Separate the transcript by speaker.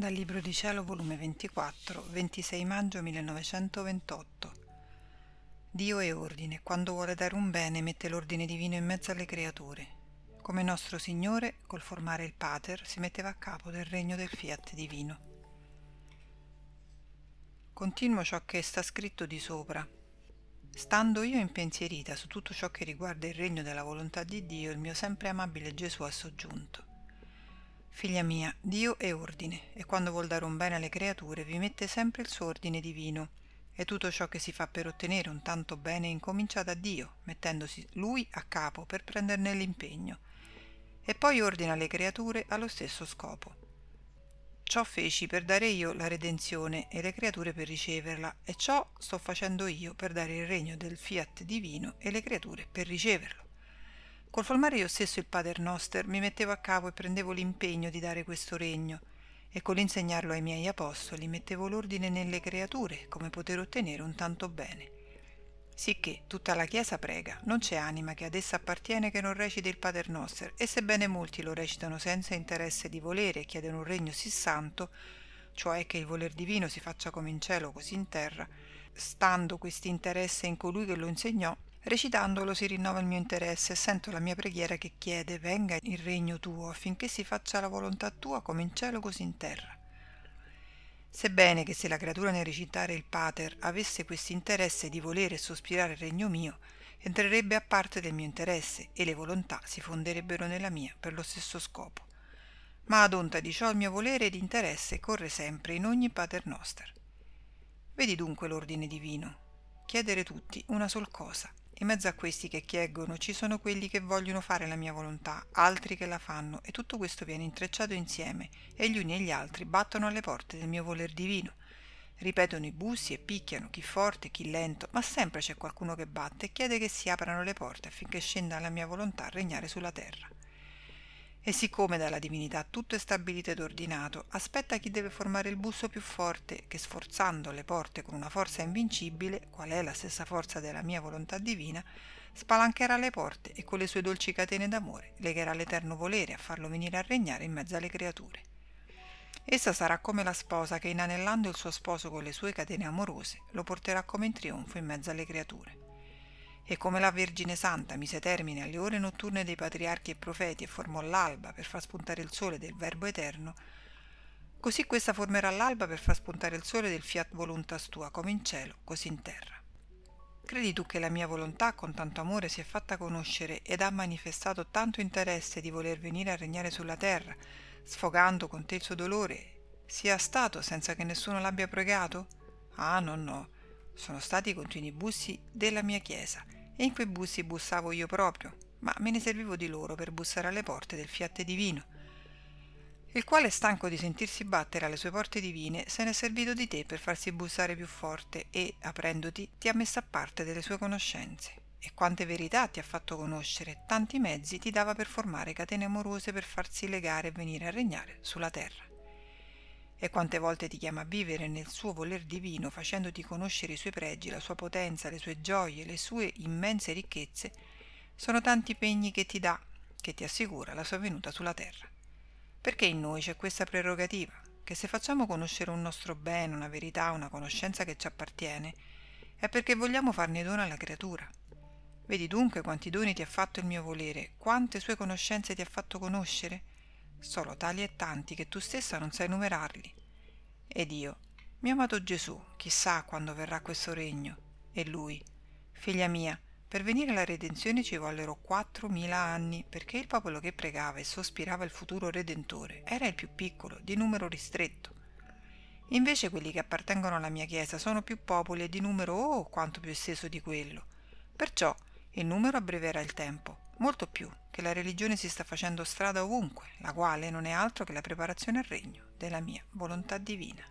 Speaker 1: Dal Libro di Cielo, volume 24, 26 maggio 1928. Dio è ordine. Quando vuole dare un bene, mette l'ordine divino in mezzo alle creature. Come nostro Signore, col formare il Pater, si metteva a capo del regno del Fiat divino. Continuo ciò che sta scritto di sopra. Stando io impensierita su tutto ciò che riguarda il regno della volontà di Dio, il mio sempre amabile Gesù ha soggiunto: Figlia mia, Dio è ordine, e quando vuol dare un bene alle creature vi mette sempre il suo ordine divino, e tutto ciò che si fa per ottenere un tanto bene incomincia da Dio, mettendosi Lui a capo per prenderne l'impegno, e poi ordina alle creature allo stesso scopo. Ciò feci per dare io la redenzione e le creature per riceverla, e ciò sto facendo io per dare il regno del Fiat divino e le creature per riceverlo. Col formare io stesso il Pater Noster mi mettevo a capo e prendevo l'impegno di dare questo regno, e con l'insegnarlo ai miei apostoli mettevo l'ordine nelle creature come poter ottenere un tanto bene. Sicché tutta la Chiesa prega, non c'è anima che ad essa appartiene che non reciti il Pater Noster, e sebbene molti lo recitano senza interesse di volere e chiedono un regno sì santo, cioè che il voler divino si faccia come in cielo così in terra, stando questo interesse in colui che lo insegnò, recitandolo si rinnova il mio interesse e sento la mia preghiera che chiede: venga il regno tuo affinché si faccia la volontà tua come in cielo così in terra. Sebbene che se la creatura nel recitare il Pater avesse questo interesse di volere e sospirare il regno mio, entrerebbe a parte del mio interesse e le volontà si fonderebbero nella mia per lo stesso scopo. Ma ad onta di ciò il mio volere ed interesse corre sempre in ogni Pater Noster. Vedi dunque l'ordine divino. Chiedere tutti una sol cosa. In mezzo a questi che chieggono ci sono quelli che vogliono fare la mia volontà, altri che la fanno, e tutto questo viene intrecciato insieme, e gli uni e gli altri battono alle porte del mio voler divino. Ripetono i bussi e picchiano, chi forte, chi lento, ma sempre c'è qualcuno che batte e chiede che si aprano le porte affinché scenda la mia volontà a regnare sulla terra. E siccome dalla divinità tutto è stabilito ed ordinato, aspetta chi deve formare il busso più forte, che sforzando le porte con una forza invincibile, qual è la stessa forza della mia volontà divina, spalancherà le porte e con le sue dolci catene d'amore legherà l'eterno volere a farlo venire a regnare in mezzo alle creature. Essa sarà come la sposa che, inanellando il suo sposo con le sue catene amorose, lo porterà come in trionfo in mezzo alle creature. E come la Vergine Santa mise termine alle ore notturne dei patriarchi e profeti e formò l'alba per far spuntare il sole del Verbo Eterno, così questa formerà l'alba per far spuntare il sole del Fiat Voluntas tua, come in cielo, così in terra. Credi tu che la mia volontà con tanto amore si è fatta conoscere ed ha manifestato tanto interesse di voler venire a regnare sulla terra, sfogando con te il suo dolore, sia stato senza che nessuno l'abbia pregato? Ah, no, sono stati i continui bussi della mia Chiesa, e in quei bussi bussavo io proprio, ma me ne servivo di loro per bussare alle porte del Fiat divino, il quale, stanco di sentirsi battere alle sue porte divine, se n'è servito di te per farsi bussare più forte e, aprendoti, ti ha messo a parte delle sue conoscenze. E quante verità ti ha fatto conoscere, tanti mezzi ti dava per formare catene amorose per farsi legare e venire a regnare sulla terra. E quante volte ti chiama a vivere nel suo voler divino, facendoti conoscere i suoi pregi, la sua potenza, le sue gioie, le sue immense ricchezze, sono tanti pegni che ti dà, che ti assicura la sua venuta sulla terra. Perché in noi c'è questa prerogativa, che se facciamo conoscere un nostro bene, una verità, una conoscenza che ci appartiene, è perché vogliamo farne dono alla creatura. Vedi dunque quanti doni ti ha fatto il mio volere, quante sue conoscenze ti ha fatto conoscere? Solo tali e tanti che tu stessa non sai numerarli. Ed io, mio amato Gesù, chissà quando verrà questo regno. E lui, figlia mia, per venire alla redenzione ci vollero 4.000 anni, perché il popolo che pregava e sospirava il futuro Redentore era il più piccolo, di numero ristretto. Invece quelli che appartengono alla mia Chiesa sono più popoli e di numero quanto più esteso di quello. Perciò il numero abbreverà il tempo, molto più, che la religione si sta facendo strada ovunque, la quale non è altro che la preparazione al regno della mia volontà divina.